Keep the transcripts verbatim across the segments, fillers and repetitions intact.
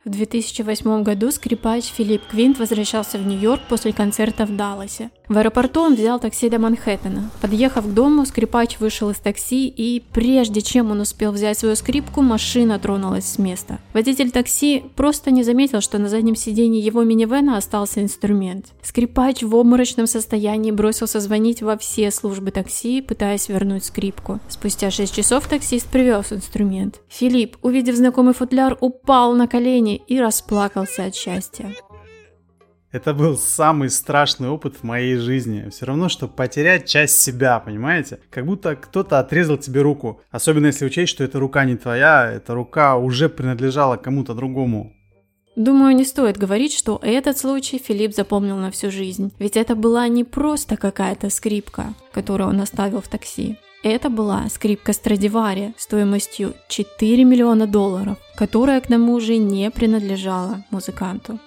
В две тысячи восьмом году скрипач Филипп Квинт возвращался в Нью-Йорк после концерта в Далласе. В аэропорту он взял такси до Манхэттена. Подъехав к дому, скрипач вышел из такси, и прежде чем он успел взять свою скрипку, машина тронулась с места. Водитель такси просто не заметил, что на заднем сиденье его минивэна остался инструмент. Скрипач в обморочном состоянии бросился звонить во все службы такси, пытаясь вернуть скрипку. Спустя шесть часов таксист привез инструмент. Филипп, увидев знакомый футляр, упал на колени и расплакался от счастья. Это был самый страшный опыт в моей жизни. Все равно, что потерять часть себя, понимаете? Как будто кто-то отрезал тебе руку. Особенно если учесть, что эта рука не твоя, эта рука уже принадлежала кому-то другому. Думаю, не стоит говорить, что этот случай Филипп запомнил на всю жизнь. Ведь это была не просто какая-то скрипка, которую он оставил в такси. Это была скрипка Страдивари стоимостью четыре миллиона долларов, которая к тому же не принадлежала музыканту.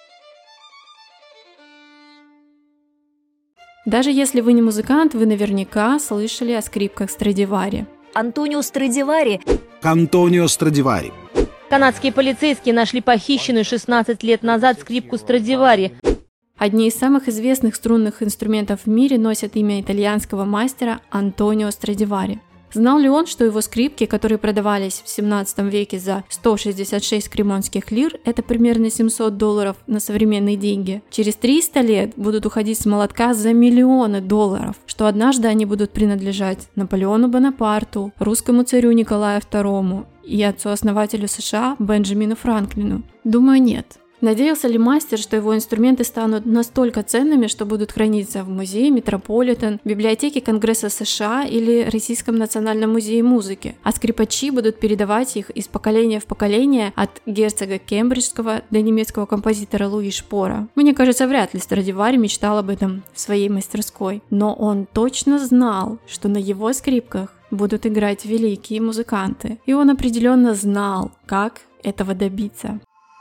Даже если вы не музыкант, вы наверняка слышали о скрипках Страдивари. Антонио Страдивари. Антонио Страдивари. Канадские полицейские нашли похищенную шестнадцать лет назад скрипку Страдивари. Одни из самых известных струнных инструментов в мире носят имя итальянского мастера Антонио Страдивари. Знал ли он, что его скрипки, которые продавались в семнадцатом веке за сто шестьдесят шесть кремонских лир, это примерно семьсот долларов на современные деньги, через триста лет будут уходить с молотка за миллионы долларов, что однажды они будут принадлежать Наполеону Бонапарту, русскому царю Николаю второму и отцу-основателю США Бенджамину Франклину? Думаю, нет. Надеялся ли мастер, что его инструменты станут настолько ценными, что будут храниться в музее Метрополитен, библиотеке Конгресса США или Российском национальном музее музыки, а скрипачи будут передавать их из поколения в поколение от герцога Кембриджского до немецкого композитора Луи Шпора? Мне кажется, вряд ли Страдивари мечтал об этом в своей мастерской, но он точно знал, что на его скрипках будут играть великие музыканты, и он определенно знал, как этого добиться.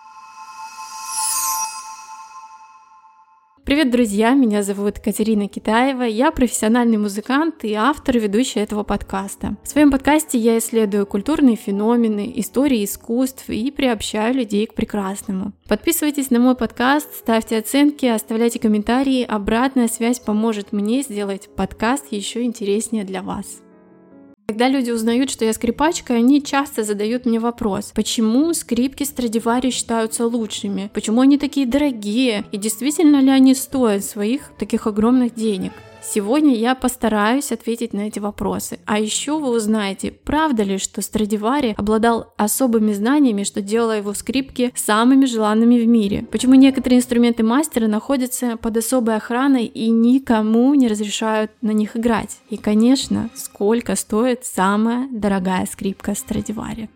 Привет, друзья! Меня зовут Катерина Китаева, я профессиональный музыкант и автор и ведущая этого подкаста. В своем подкасте я исследую культурные феномены, истории искусств и приобщаю людей к прекрасному. Подписывайтесь на мой подкаст, ставьте оценки, оставляйте комментарии, обратная связь поможет мне сделать подкаст еще интереснее для вас. Когда люди узнают, что я скрипачка, они часто задают мне вопрос, почему скрипки Страдивари считаются лучшими, почему они такие дорогие и действительно ли они стоят своих таких огромных денег. Сегодня я постараюсь ответить на эти вопросы. А еще вы узнаете, правда ли, что Страдивари обладал особыми знаниями, что делало его скрипки самыми желанными в мире. Почему некоторые инструменты мастера находятся под особой охраной и никому не разрешают на них играть. И, конечно, сколько стоит самая дорогая скрипка Страдивари.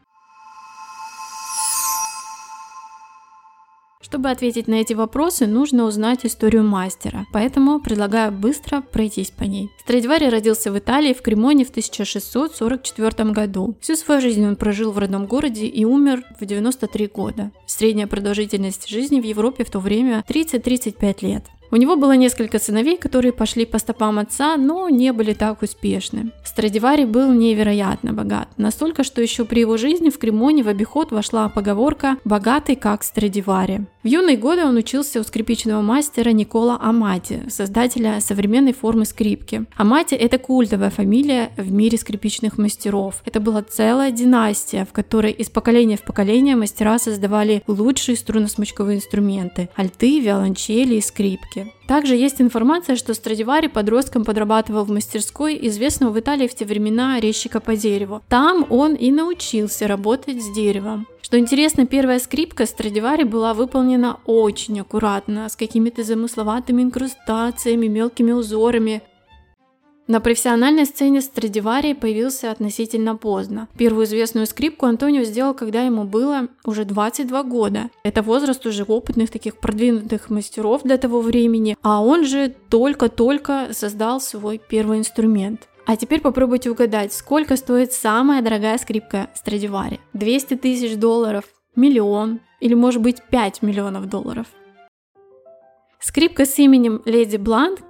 Чтобы ответить на эти вопросы, нужно узнать историю мастера, поэтому предлагаю быстро пройтись по ней. Страдивари родился в Италии, в Кремоне в тысяча шестьсот сорок четвёртом году. Всю свою жизнь он прожил в родном городе и умер в девяносто три года. Средняя продолжительность жизни в Европе в то время тридцать-тридцать пять лет. У него было несколько сыновей, которые пошли по стопам отца, но не были так успешны. Страдивари был невероятно богат, настолько, что еще при его жизни в Кремоне в обиход вошла поговорка «богатый как Страдивари». В юные годы он учился у скрипичного мастера Никколо Амати, создателя современной формы скрипки. Амати – это культовая фамилия в мире скрипичных мастеров. Это была целая династия, в которой из поколения в поколение мастера создавали лучшие струнно-смычковые инструменты – альты, виолончели и скрипки. Также есть информация, что Страдивари подростком подрабатывал в мастерской известного в Италии в те времена резчика по дереву. Там он и научился работать с деревом. Что интересно, первая скрипка Страдивари была выполнена очень аккуратно, с какими-то замысловатыми инкрустациями, мелкими узорами. На профессиональной сцене Страдивари появился относительно поздно. Первую известную скрипку Антонио сделал, когда ему было уже двадцать два года. Это возраст уже опытных, таких продвинутых мастеров для того времени, а он же только-только создал свой первый инструмент. А теперь попробуйте угадать, сколько стоит самая дорогая скрипка Страдивари? двести тысяч долларов, миллион или может быть пять миллионов долларов? Скрипка с именем Леди Блант,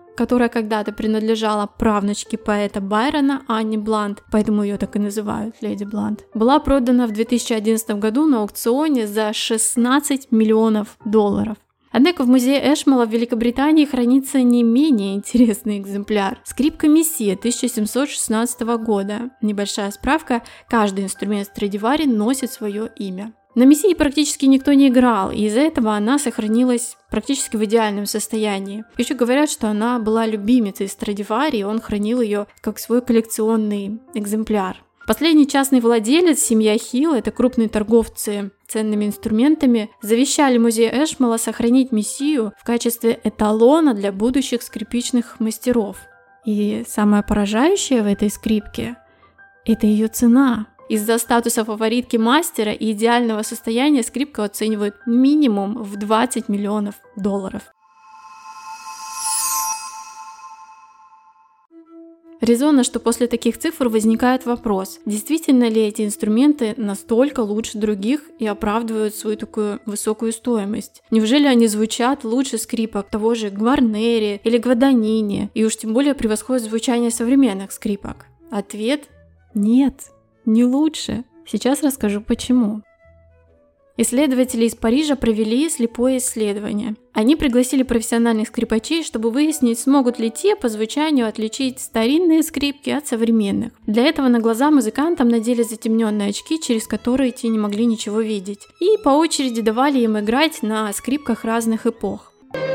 которая когда-то принадлежала правнучке поэта Байрона Анне Блант, поэтому ее так и называют Леди Блант, была продана в две тысячи одиннадцатом году на аукционе за шестнадцать миллионов долларов. Однако в музее Эшмола в Великобритании хранится не менее интересный экземпляр. Скрипка Мессия тысяча семьсот шестнадцатого года. Небольшая справка, каждый инструмент Страдивари носит свое имя. На Мессии практически никто не играл, и из-за этого она сохранилась практически в идеальном состоянии. Еще говорят, что она была любимицей Страдивари, и он хранил ее как свой коллекционный экземпляр. Последний частный владелец, семья Хилл, это крупные торговцы ценными инструментами, завещали музею Эшмола сохранить Мессию в качестве эталона для будущих скрипичных мастеров. И самое поражающее в этой скрипке – это ее цена. Из-за статуса фаворитки мастера и идеального состояния скрипку оценивают минимум в двадцать миллионов долларов. Резонно, что после таких цифр возникает вопрос, действительно ли эти инструменты настолько лучше других и оправдывают свою такую высокую стоимость? Неужели они звучат лучше скрипок того же Гварнери или Гваданини, и уж тем более превосходят звучание современных скрипок? Ответ – нет, не лучше. Сейчас расскажу почему. Исследователи из Парижа провели слепое исследование. Они пригласили профессиональных скрипачей, чтобы выяснить, смогут ли те по звучанию отличить старинные скрипки от современных. Для этого на глаза музыкантам надели затемненные очки, через которые те не могли ничего видеть, и по очереди давали им играть на скрипках разных эпох.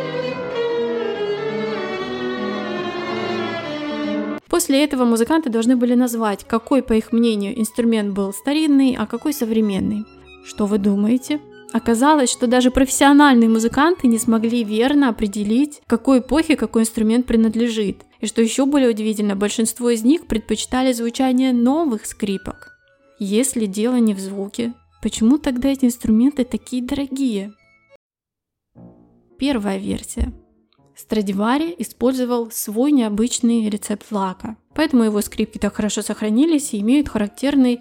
После этого музыканты должны были назвать, какой, по их мнению, инструмент был старинный, а какой современный. Что вы думаете? Оказалось, что даже профессиональные музыканты не смогли верно определить, к какой эпохе какой инструмент принадлежит. И что еще более удивительно, большинство из них предпочитали звучание новых скрипок. Если дело не в звуке, почему тогда эти инструменты такие дорогие? Первая версия. Страдивари использовал свой необычный рецепт лака, поэтому его скрипки так хорошо сохранились и имеют характерный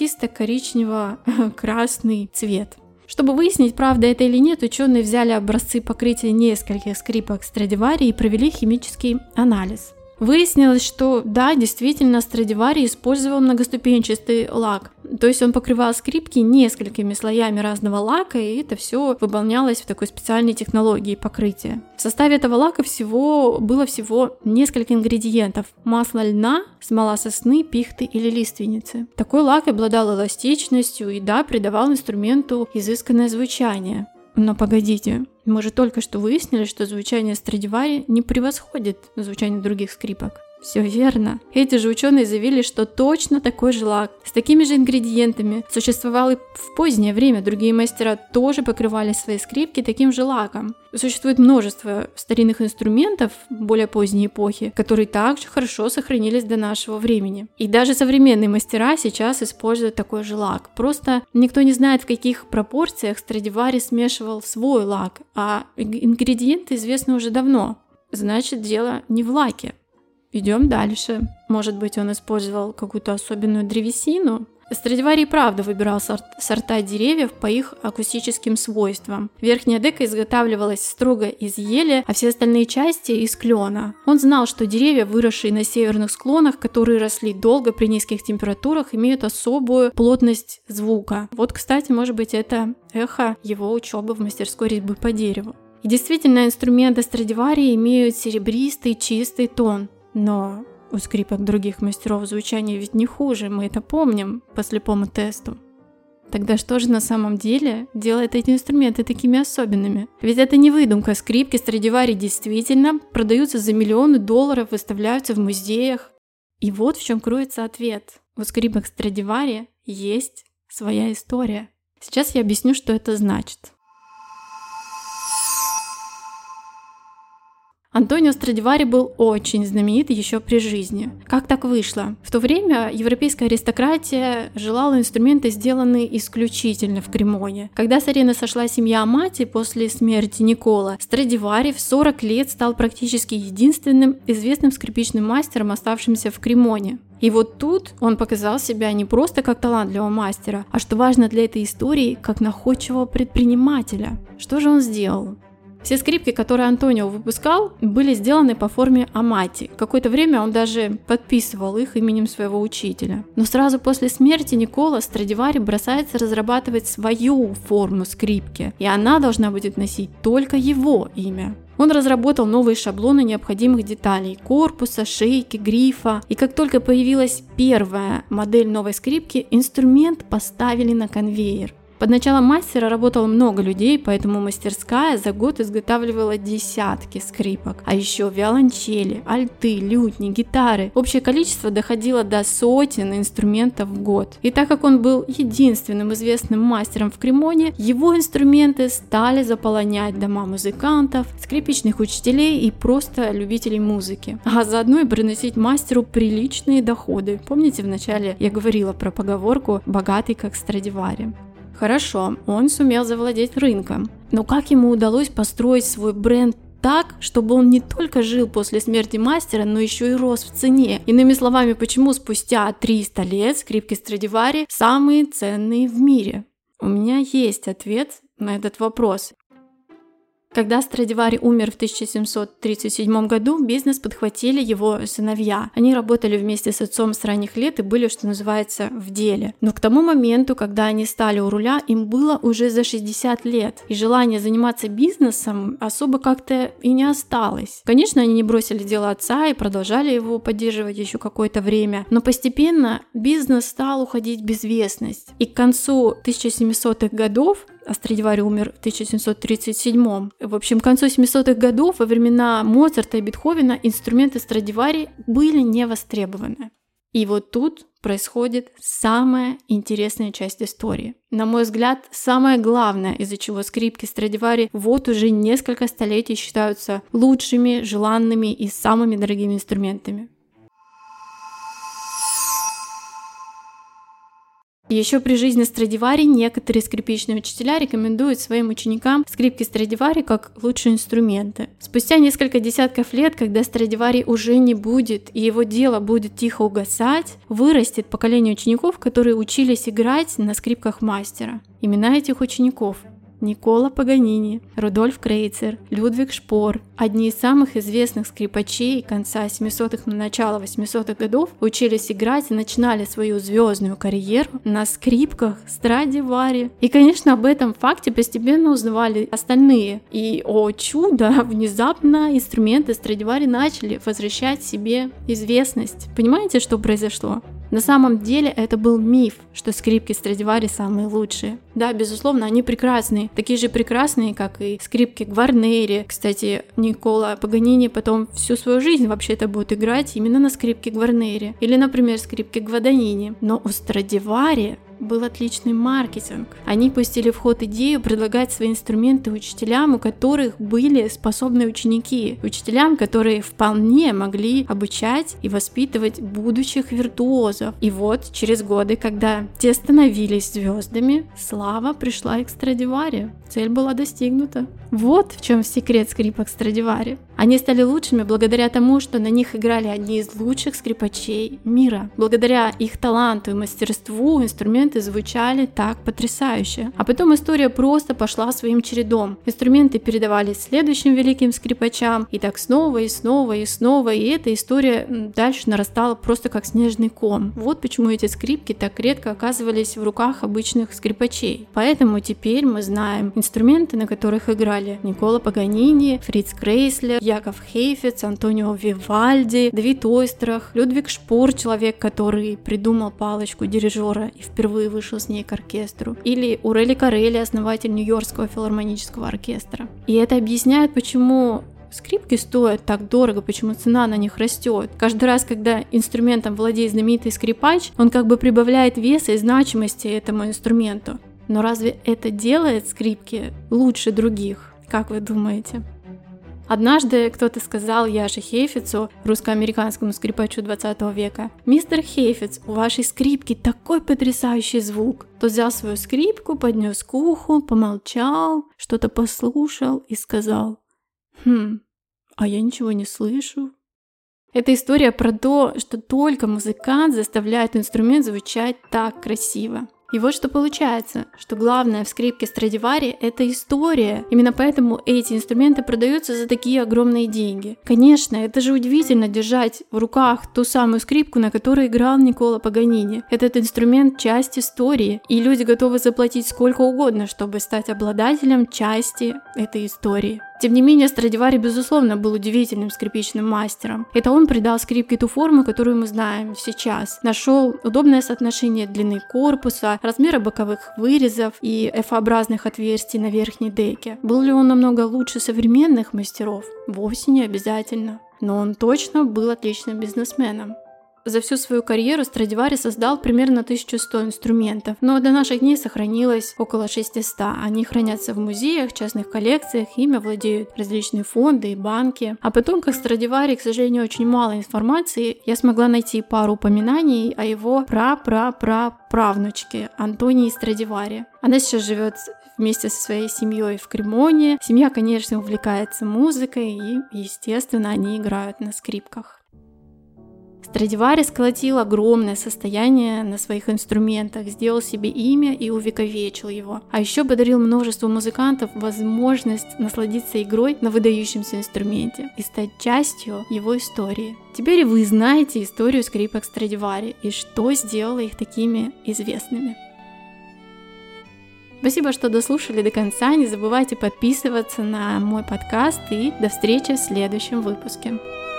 золотисто-коричнево-красный цвет. Чтобы выяснить, правда это или нет, ученые взяли образцы покрытия нескольких скрипок Страдивари и провели химический анализ. Выяснилось, что да, действительно, Страдивари использовал многоступенчатый лак, то есть он покрывал скрипки несколькими слоями разного лака, и это все выполнялось в такой специальной технологии покрытия. В составе этого лака всего было всего несколько ингредиентов: масло льна, смола сосны, пихты или лиственницы. Такой лак обладал эластичностью и да, придавал инструменту изысканное звучание. Но погодите, мы же только что выяснили, что звучание Страдивари не превосходит звучание других скрипок. Все верно. Эти же ученые заявили, что точно такой же лак с такими же ингредиентами существовал и в позднее время. Другие мастера тоже покрывали свои скрипки таким же лаком. Существует множество старинных инструментов более поздней эпохи, которые также хорошо сохранились до нашего времени. И даже современные мастера сейчас используют такой же лак. Просто никто не знает, в каких пропорциях Страдивари смешивал свой лак, а ингредиенты известны уже давно. Значит, дело не в лаке. Идем дальше. Может быть, он использовал какую-то особенную древесину? Страдивари правда выбирал сорт, сорта деревьев по их акустическим свойствам. Верхняя дека изготавливалась строго из ели, а все остальные части из клена. Он знал, что деревья, выросшие на северных склонах, которые росли долго при низких температурах, имеют особую плотность звука. Вот, кстати, может быть, это эхо его учебы в мастерской резьбы по дереву. И действительно, инструменты Страдивари имеют серебристый чистый тон. Но у скрипок других мастеров звучание ведь не хуже, мы это помним по слепому тесту. Тогда что же на самом деле делает эти инструменты такими особенными? Ведь это не выдумка, скрипки Страдивари действительно продаются за миллионы долларов, выставляются в музеях. И вот в чем кроется ответ. У скрипок Страдивари есть своя история. Сейчас я объясню, что это значит. Антонио Страдивари был очень знаменит еще при жизни. Как так вышло? В то время европейская аристократия желала инструменты, сделанные исключительно в Кремоне. Когда с арены сошла семья Амати после смерти Никколо, Страдивари в сорок лет стал практически единственным известным скрипичным мастером, оставшимся в Кремоне. И вот тут он показал себя не просто как талантливого мастера, а что важно для этой истории, как находчивого предпринимателя. Что же он сделал? Все скрипки, которые Антонио выпускал, были сделаны по форме Амати. Какое-то время он даже подписывал их именем своего учителя. Но сразу после смерти Никколо Страдивари бросается разрабатывать свою форму скрипки, и она должна будет носить только его имя. Он разработал новые шаблоны необходимых деталей – корпуса, шейки, грифа. И как только появилась первая модель новой скрипки, инструмент поставили на конвейер. Под началом мастера работало много людей, поэтому мастерская за год изготавливала десятки скрипок. А еще виолончели, альты, лютни, гитары. Общее количество доходило до сотен инструментов в год. И так как он был единственным известным мастером в Кремоне, его инструменты стали заполонять дома музыкантов, скрипичных учителей и просто любителей музыки. А заодно и приносить мастеру приличные доходы. Помните, вначале я говорила про поговорку «богатый как Страдивари». Хорошо, он сумел завладеть рынком, но как ему удалось построить свой бренд так, чтобы он не только жил после смерти мастера, но еще и рос в цене? Иными словами, почему спустя триста лет скрипки Страдивари самые ценные в мире? У меня есть ответ на этот вопрос. Когда Страдивари умер в тысяча семьсот тридцать седьмом году, бизнес подхватили его сыновья. Они работали вместе с отцом с ранних лет и были, что называется, в деле. Но к тому моменту, когда они стали у руля, им было уже за шестьдесят лет. И желание заниматься бизнесом особо как-то и не осталось. Конечно, они не бросили дело отца и продолжали его поддерживать еще какое-то время. Но постепенно бизнес стал уходить в безвестность. И к концу тысяча семисотых годов, а Страдивари умер в тысяча семьсот тридцать седьмом. В общем, к концу семисотых годов, во времена Моцарта и Бетховена, инструменты Страдивари были не востребованы. И вот тут происходит самая интересная часть истории. На мой взгляд, самое главное, из-за чего скрипки Страдивари вот уже несколько столетий считаются лучшими, желанными и самыми дорогими инструментами. Еще при жизни Страдивари некоторые скрипичные учителя рекомендуют своим ученикам скрипки Страдивари как лучшие инструменты. Спустя несколько десятков лет, когда Страдивари уже не будет и его дело будет тихо угасать, вырастет поколение учеников, которые учились играть на скрипках мастера. Имена этих учеников: Никколо Паганини, Рудольф Крейцер, Людвиг Шпор. Одни из самых известных скрипачей конца семисотых на начало восьмисотых годов учились играть и начинали свою звездную карьеру на скрипках Страдивари. И, конечно, об этом факте постепенно узнавали остальные. И, о чудо, внезапно инструменты Страдивари начали возвращать себе известность. Понимаете, что произошло? На самом деле это был миф, что скрипки Страдивари самые лучшие. Да, безусловно, они прекрасные, такие же прекрасные, как и скрипки Гварнери. Кстати, Никколо Паганини потом всю свою жизнь вообще-то будет играть именно на скрипке Гварнери. Или, например, скрипке Гваданини. Но у Страдивари был отличный маркетинг. Они пустили в ход идею предлагать свои инструменты учителям, у которых были способные ученики. Учителям, которые вполне могли обучать и воспитывать будущих виртуозов. И вот, через годы, когда те становились звездами, слава пришла и к Страдивари. Цель была достигнута. Вот в чем секрет скрипок Страдивари. Они стали лучшими благодаря тому, что на них играли одни из лучших скрипачей мира. Благодаря их таланту и мастерству инструменты звучали так потрясающе. А потом история просто пошла своим чередом. Инструменты передавались следующим великим скрипачам, и так снова и снова и снова, и эта история дальше нарастала просто как снежный ком. Вот почему эти скрипки так редко оказывались в руках обычных скрипачей. Поэтому теперь мы знаем инструменты, на которых играли Никколо Паганини, Фриц Крейслер, Яков Хейфец, Антонио Вивальди, Давид Ойстрах, Людвиг Шпор, человек, который придумал палочку дирижера и впервые вышел с ней к оркестру, или Урели Карелли, основатель Нью-Йоркского филармонического оркестра. И это объясняет, почему скрипки стоят так дорого, почему цена на них растет. Каждый раз, когда инструментом владеет знаменитый скрипач, он как бы прибавляет веса и значимости этому инструменту. Но разве это делает скрипки лучше других? Как вы думаете? Однажды кто-то сказал Яше Хейфицу, русско-американскому скрипачу двадцатого века: «Мистер Хейфиц, у вашей скрипки такой потрясающий звук». Тот взял свою скрипку, поднес к уху, помолчал, что-то послушал и сказал: «Хм, а я ничего не слышу». Это история про то, что только музыкант заставляет инструмент звучать так красиво. И вот что получается, что главное в скрипке Страдивари – это история. Именно поэтому эти инструменты продаются за такие огромные деньги. Конечно, это же удивительно держать в руках ту самую скрипку, на которой играл Никколо Паганини. Этот инструмент – часть истории, и люди готовы заплатить сколько угодно, чтобы стать обладателем части этой истории. Тем не менее, Страдивари, безусловно, был удивительным скрипичным мастером. Это он придал скрипке ту форму, которую мы знаем сейчас. Нашел удобное соотношение длины корпуса, размера боковых вырезов и эфообразных отверстий на верхней деке. Был ли он намного лучше современных мастеров? Вовсе не обязательно. Но он точно был отличным бизнесменом. За всю свою карьеру Страдивари создал примерно тысячу сто инструментов, но до наших дней сохранилось около шестисот. Они хранятся в музеях, частных коллекциях, ими владеют различные фонды и банки. О потомках Страдивари, к сожалению, очень мало информации. Я смогла найти пару упоминаний о его пра-пра-пра-правнучке Антонии Страдивари. Она сейчас живет вместе со своей семьей в Кремоне. Семья, конечно, увлекается музыкой и, естественно, они играют на скрипках. Страдивари сколотил огромное состояние на своих инструментах, сделал себе имя и увековечил его. А еще подарил множеству музыкантов возможность насладиться игрой на выдающемся инструменте и стать частью его истории. Теперь вы знаете историю скрипок Страдивари и что сделало их такими известными. Спасибо, что дослушали до конца. Не забывайте подписываться на мой подкаст и до встречи в следующем выпуске.